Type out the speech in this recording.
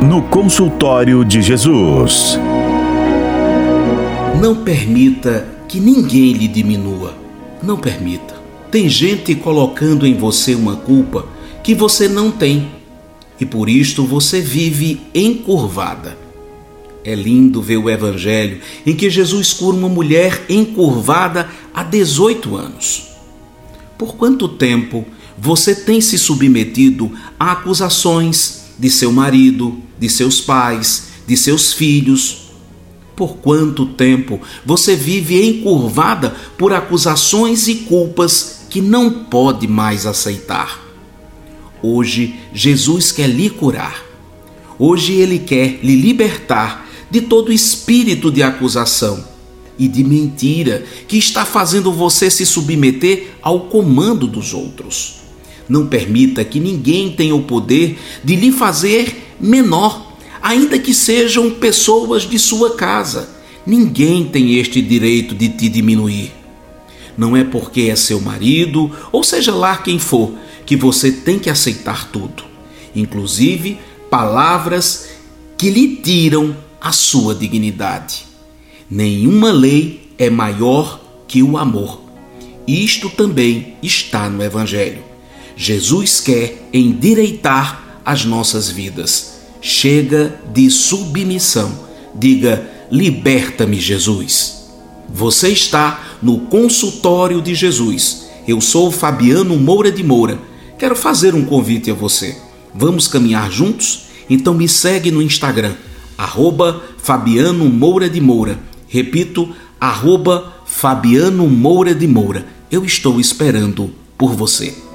no consultório de Jesus. Não permita que ninguém lhe diminua. Não permita. Tem gente colocando em você uma culpa que você não tem. E por isto você vive encurvada. É lindo ver o evangelho em que Jesus cura uma mulher encurvada há 18 anos. Por quanto tempo você tem se submetido a acusações de seu marido, de seus pais, de seus filhos? Por quanto tempo você vive encurvada por acusações e culpas que não pode mais aceitar? Hoje, Jesus quer lhe curar. Hoje Ele quer lhe libertar de todo espírito de acusação e de mentira que está fazendo você se submeter ao comando dos outros. Não permita que ninguém tenha o poder de lhe fazer menor, ainda que sejam pessoas de sua casa. Ninguém tem este direito de te diminuir. Não é porque é seu marido, ou seja lá quem for, que você tem que aceitar tudo, inclusive palavras que lhe tiram a sua dignidade. Nenhuma lei é maior que o amor. Isto também está no Evangelho. Jesus quer endireitar as nossas vidas. Chega de submissão. Diga: liberta-me, Jesus. Você está no consultório de Jesus. Eu sou Fabiano Moura de Moura. Quero fazer um convite a você. Vamos caminhar juntos? Então me segue no Instagram, @Fabiano Moura de Moura. Repito, @Fabiano Moura de Moura. Eu estou esperando por você.